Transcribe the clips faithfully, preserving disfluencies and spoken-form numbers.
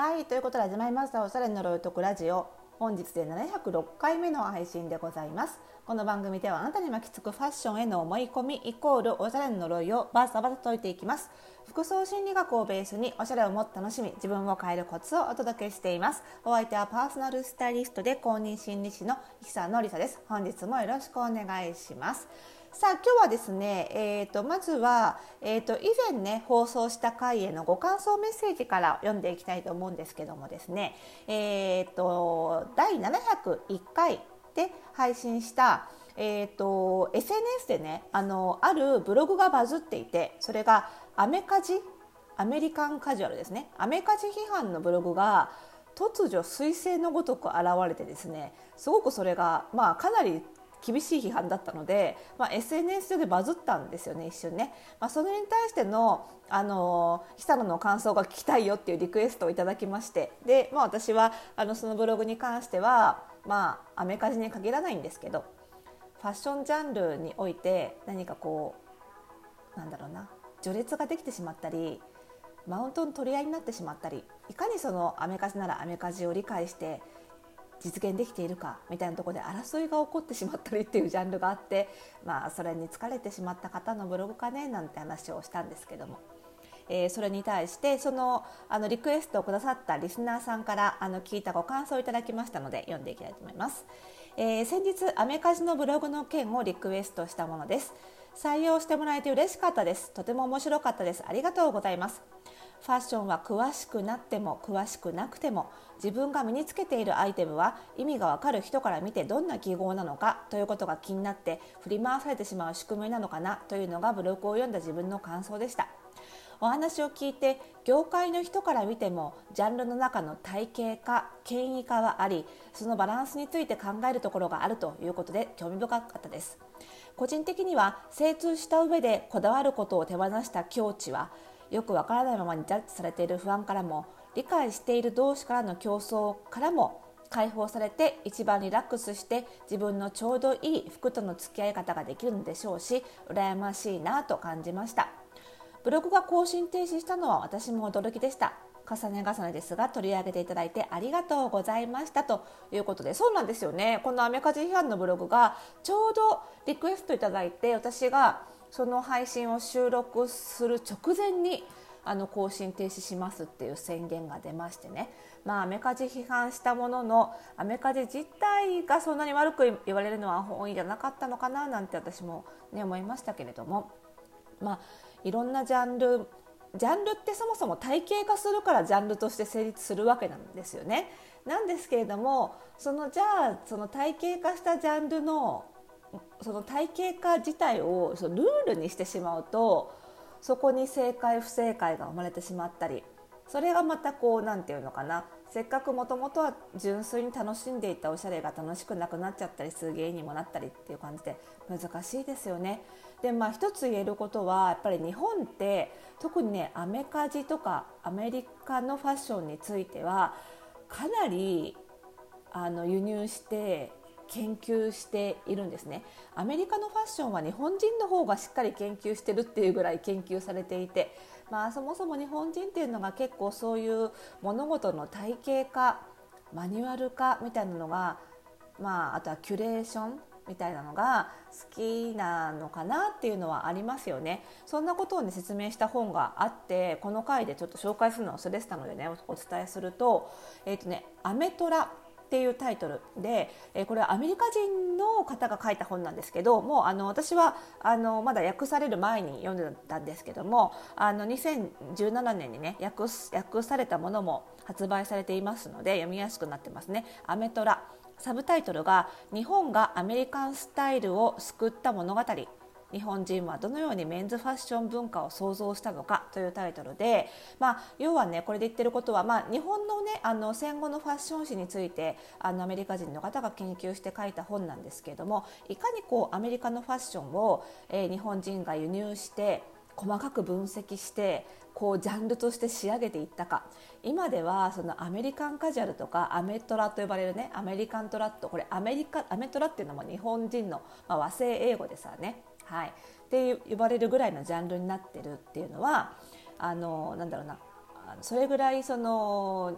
はい、ということで始まりましたおしゃれの呪いを解くラジオ。本日でななひゃくろっかいめの配信でございます。この番組ではあなたに巻きつくファッションへの思い込みイコールおしゃれの呪いをバサバサ解いていきます。服装心理学をベースにおしゃれをもっと楽しみ、自分を変えるコツをお届けしています。お相手はパーソナルスタイリストで公認心理師の久野里沙です。本日もよろしくお願いします。さあ今日はですね、えー、とまずは、えー、と以前ね放送した回へのご感想メッセージから読んでいきたいと思うんですけどもですね、えー、とだいななひゃくいっかいで配信した、えー、と エスエヌエス でね あのあるブログがバズっていて、それがアメカジアメリカンカジュアルですね、アメカジ批判のブログが突如彗星のごとく現れてですね、すごくそれが、まあ、かなり厳しい批判だったので、まあ、エスエヌエス 上でバズったんですよね、一瞬ね。まあ、それに対しての、あの久野の感想が聞きたいよっていうリクエストをいただきまして、で、まあ、私はあのそのブログに関しては、まあ、アメカジに限らないんですけど、ファッションジャンルにおいて何かこうなんだろうな序列ができてしまったり、マウントの取り合いになってしまったり、いかにそのアメカジならアメカジを理解して実現できているかみたいなところで争いが起こってしまったりっていうジャンルがあって、まあ、それに疲れてしまった方のブログかねなんて話をしたんですけども、えー、それに対してそのあのリクエストをくださったリスナーさんからあの聞いたご感想をいただきましたので読んでいきたいと思います。えー、先日アメカジのブログの件をリクエストしたものです。採用してもらえて嬉しかったです。とても面白かったです。ありがとうございます。ファッションは詳しくなっても詳しくなくても、自分が身につけているアイテムは意味がわかる人から見てどんな記号なのかということが気になって振り回されてしまう仕組みなのかなというのがブログを読んだ自分の感想でした。お話を聞いて、業界の人から見てもジャンルの中の体系化、権威化はあり、そのバランスについて考えるところがあるということで興味深かったです。個人的には精通した上でこだわることを手放した境地は、よくわからないままにジャッジされている不安からも、理解している同士からの競争からも解放されて、一番リラックスして自分のちょうどいい服との付き合い方ができるのでしょうし、羨ましいなと感じました。ブログが更新停止したのは私も驚きでした。重ね重ねですが取り上げていただいてありがとうございましたということで、そうなんですよね。このアメカジ批判のブログがちょうどリクエストいただいて、私がその配信を収録する直前にあの更新停止しますっていう宣言が出ましてね、まあ、アメカジ批判したものの、アメカジ自体がそんなに悪く言われるのは本意じゃなかったのかななんて私も、ね、思いましたけれども、まあ、いろんなジャンルジャンルってそもそも体系化するからジャンルとして成立するわけなんですよね。なんですけれども、そのじゃあその体系化したジャンルのその体系化自体をそのルールにしてしまうと、そこに正解不正解が生まれてしまったり、それがまたこうなんていうのかな、せっかくもともとは純粋に楽しんでいたおしゃれが楽しくなくなっちゃったりする原因にもなったりっていう感じで難しいですよね。で、まあ一つ言えることは、やっぱり日本って特にね、アメカジとかアメリカのファッションについてはかなりあの輸入して研究しているんですね。アメリカのファッションは日本人の方がしっかり研究してるっていうぐらい研究されていて、まあ、そもそも日本人っていうのが結構そういう物事の体系化、マニュアル化みたいなのが、まあ、あとはキュレーションみたいなのが好きなのかなっていうのはありますよね。そんなことを、ね、説明した本があって、この回でちょっと紹介するのを忘れてたのでね、お伝えすると、えーとね、アメトラっていうタイトルで、えー、これはアメリカ人の方が書いた本なんですけども、あの私はあのまだ訳される前に読んでたんですけども、あのにせんじゅうななねんにね 訳, 訳されたものも発売されていますので読みやすくなってますね。アメトラ、サブタイトルが日本がアメリカンスタイルを救った物語、日本人はどのようにメンズファッション文化を創造したのかというタイトルで、まあ、要はねこれで言ってることは、まあ、日本のねあの戦後のファッション史についてあのアメリカ人の方が研究して書いた本なんですけれども、いかにこうアメリカのファッションを、えー、日本人が輸入して細かく分析してこうジャンルとして仕上げていったか。今ではそのアメリカンカジュアルとかアメトラと呼ばれるね、アメリカントラット、これアメリカアメトラっていうのも日本人の、まあ、和製英語でさね、はい、って呼ばれるぐらいのジャンルになってるっていうのは、あのなんだろうな、それぐらいその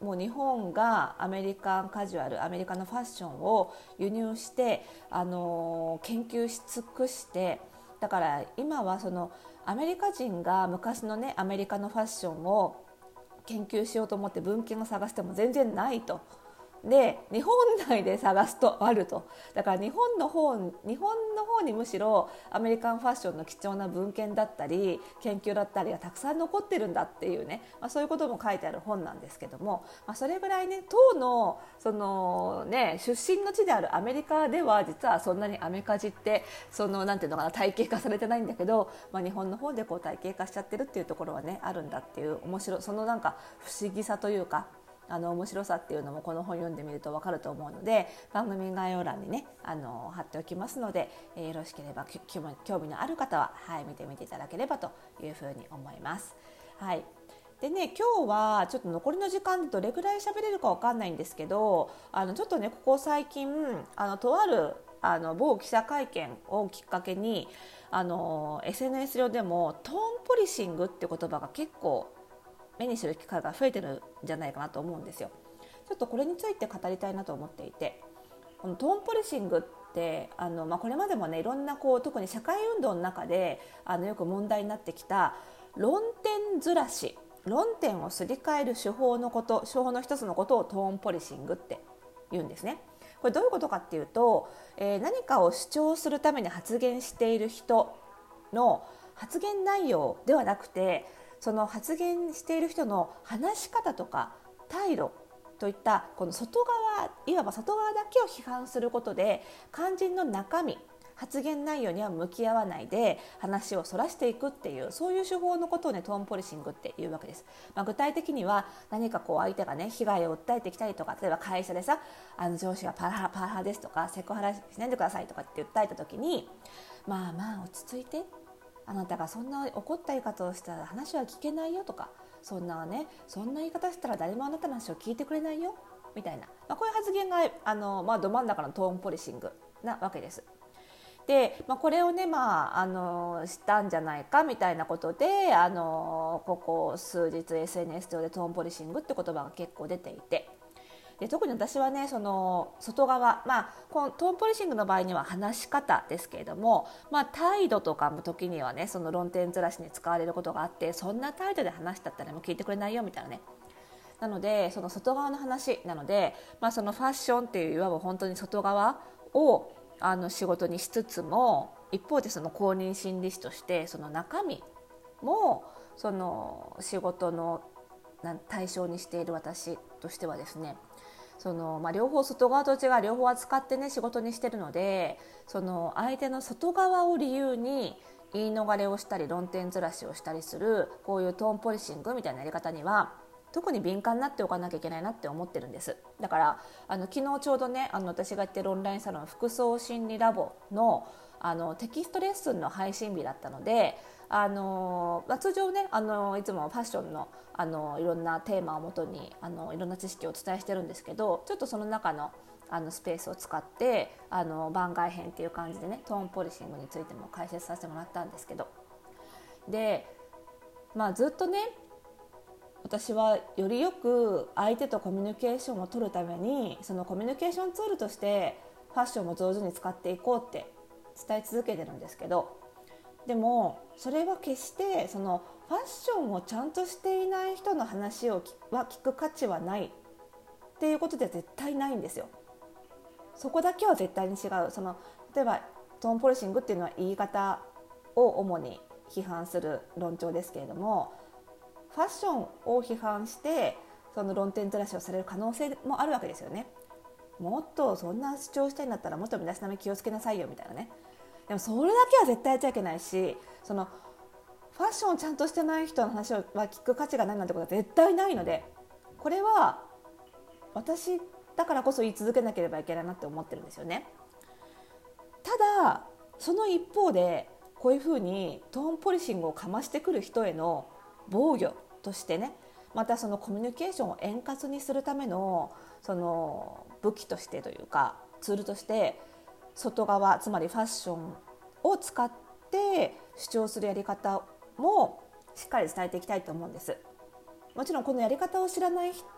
もう日本がアメリカンカジュアル、アメリカのファッションを輸入して、あの研究し尽くして、だから今はそのアメリカ人が昔のねアメリカのファッションを研究しようと思って文献を探しても全然ないと。で日本内で探すとあると。だから日本の方日本の方にむしろアメリカンファッションの貴重な文献だったり研究だったりがたくさん残ってるんだっていうね、まあ、そういうことも書いてある本なんですけども、まあ、それぐらいね当のそのね出身の地であるアメリカでは実はそんなにアメカジってそのなんていうのかな体系化されてないんだけど、まあ、日本の方でこう体系化しちゃってるっていうところはねあるんだっていう面白い、そのなんか不思議さというかあの面白さっていうのもこの本読んでみると分かると思うので、番組概要欄にねあの貼っておきますので、えー、よろしければ興味のある方は、はい、見てみていただければというふうに思います。はい。でね、今日はちょっと残りの時間でどれぐらい喋れるか分かんないんですけど、あのちょっとねここ最近あのとあるあの某記者会見をきっかけにあの エスエヌエス 上でもトーンポリシングって言葉が結構目にする機会が増えてるんじゃないかなと思うんですよ。ちょっとこれについて語りたいなと思っていて、このトーンポリシングってあの、まあ、これまでもねいろんなこう特に社会運動の中であのよく問題になってきた論点ずらし、論点をすり替える手法のこと手法の一つのことをトーンポリシングって言うんですね。これどういうことかっていうと、えー、何かを主張するために発言している人の発言内容ではなくて、その発言している人の話し方とか態度といったこの外側、いわば外側だけを批判することで肝心の中身、発言内容には向き合わないで話をそらしていくっていう、そういう手法のことをねトーンポリシングっていうわけです。まあ、具体的には何かこう相手がね被害を訴えてきたりとか、例えば会社でさあの上司がパワハラパワハラですとかセクハラしないでくださいとかって訴えた時に、まあまあ落ち着いて、あなたがそんな怒った言い方をしたら話は聞けないよとか、そんなねそんな言い方したら誰もあなたの話を聞いてくれないよみたいな、まあ、こういう発言があの、まあ、ど真ん中のトーンポリシングなわけです。で、まあ、これをね、まあ、あのしたんじゃないかみたいなことであのここ数日 エスエヌエス 上でトーンポリシングって言葉が結構出ていて、で特に私はねその外側、まあ、このトーンポリシングの場合には話し方ですけれども、まあ、態度とかも時にはねその論点ずらしに使われることがあって、そんな態度で話したったらもう聞いてくれないよみたいなね。なのでその外側の話なので、まあ、そのファッションっていういわば本当に外側をあの仕事にしつつも、一方でその公認心理師としてその中身もその仕事の対象にしている私としてはですね、その、まあ、両方外側と内側両方扱ってね仕事にしてるので、その相手の外側を理由に言い逃れをしたり論点ずらしをしたりするこういうトーンポリシングみたいなやり方には特に敏感になっておかなきゃいけないなって思ってるんです。だからあの昨日ちょうどねあの私がやってるオンラインサロン服装心理ラボのあのテキストレッスンの配信日だったので、あのまあ、通常ねあのいつもファッションの、あのいろんなテーマをもとにあのいろんな知識をお伝えしてるんですけど、ちょっとその中のあのスペースを使ってあの番外編っていう感じでねトーンポリシングについても解説させてもらったんですけど、で、まあ、ずっとね私はよりよく相手とコミュニケーションを取るためにそのコミュニケーションツールとしてファッションも上手に使っていこうって伝え続けてるんですけど、でもそれは決してそのファッションをちゃんとしていない人の話をは聞く価値はないっていうことでは絶対ないんですよ。そこだけは絶対に違う。その例えばトーンポリシングっていうのは言い方を主に批判する論調ですけれども、ファッションを批判してその論点ずらしをされる可能性もあるわけですよね。もっとそんな主張したいんだったらもっと身だしなみ気をつけなさいよみたいなね。でもそれだけは絶対やっちゃいけないし、そのファッションをちゃんとしてない人の話は聞く価値がないなんてことは絶対ないので、これは私だからこそ言い続けなければいけないなって思ってるんですよね。ただその一方でこういうふうにトーンポリシングをかましてくる人への防御としてね、またそのコミュニケーションを円滑にするためのその武器としてというかツールとして外側、つまりファッションを使って主張するやり方もしっかり伝えていきたいと思うんです。もちろんこのやり方を知らない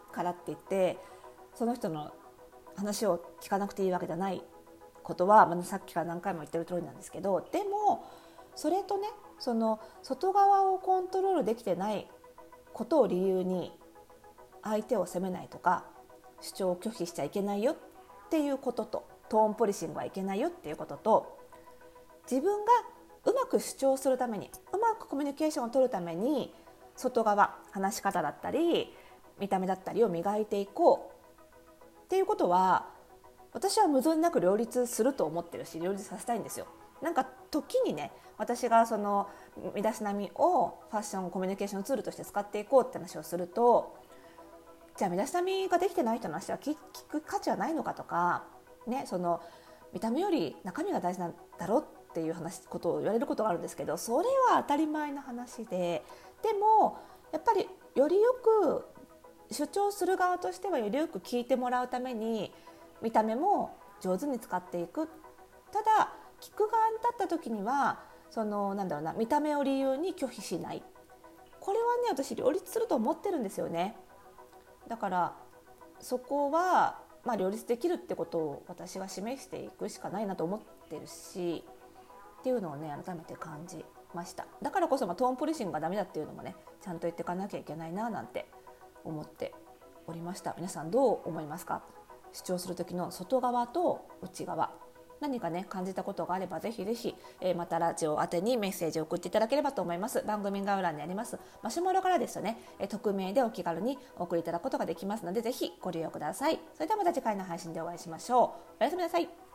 からって言ってその人の話を聞かなくていいわけじゃないことは、まあ、さっきから何回も言ってる通りなんですけど、でもそれとね、その外側をコントロールできてないことを理由に相手を責めないとか主張を拒否しちゃいけないよっていうことと、トーンポリシングはいけないよっていうことと、自分がうまく主張するために、うまくコミュニケーションを取るために外側、話し方だったり見た目だったりを磨いていこうっていうことは、私は矛盾なく両立すると思ってるし、両立させたいんですよ。なんか時にね、私がその身だしなみをファッションコミュニケーションツールとして使っていこうって話をすると、じゃあ身だしなみができてない人の話は聞く価値はないのかとか、ね、その見た目より中身が大事なんだろうっていう話ことを言われることがあるんですけど、それは当たり前の話で、でもやっぱりよりよく主張する側としてはよりよく聞いてもらうために見た目も上手に使っていく。ただ聞く側に立った時にはそのなんだろうな、見た目を理由に拒否しない、これはね私両立すると思ってるんですよね。だからそこは、まあ、両立できるってことを私が示していくしかないなと思ってるしっていうのをね改めて感じました。だからこそ、まあ、トーンポリシングがダメだっていうのもねちゃんと言っていかなきゃいけないななんて思っておりました。皆さんどう思いますか？主張する時の外側と内側、何かね感じたことがあればぜひぜひ、えー、またラジオ宛てにメッセージを送っていただければと思います。番組概要欄にありますマシュマロからですとね、えー、匿名でお気軽にお送りいただくことができますので、ぜひご利用ください。それではまた次回の配信でお会いしましょう。おやすみなさい。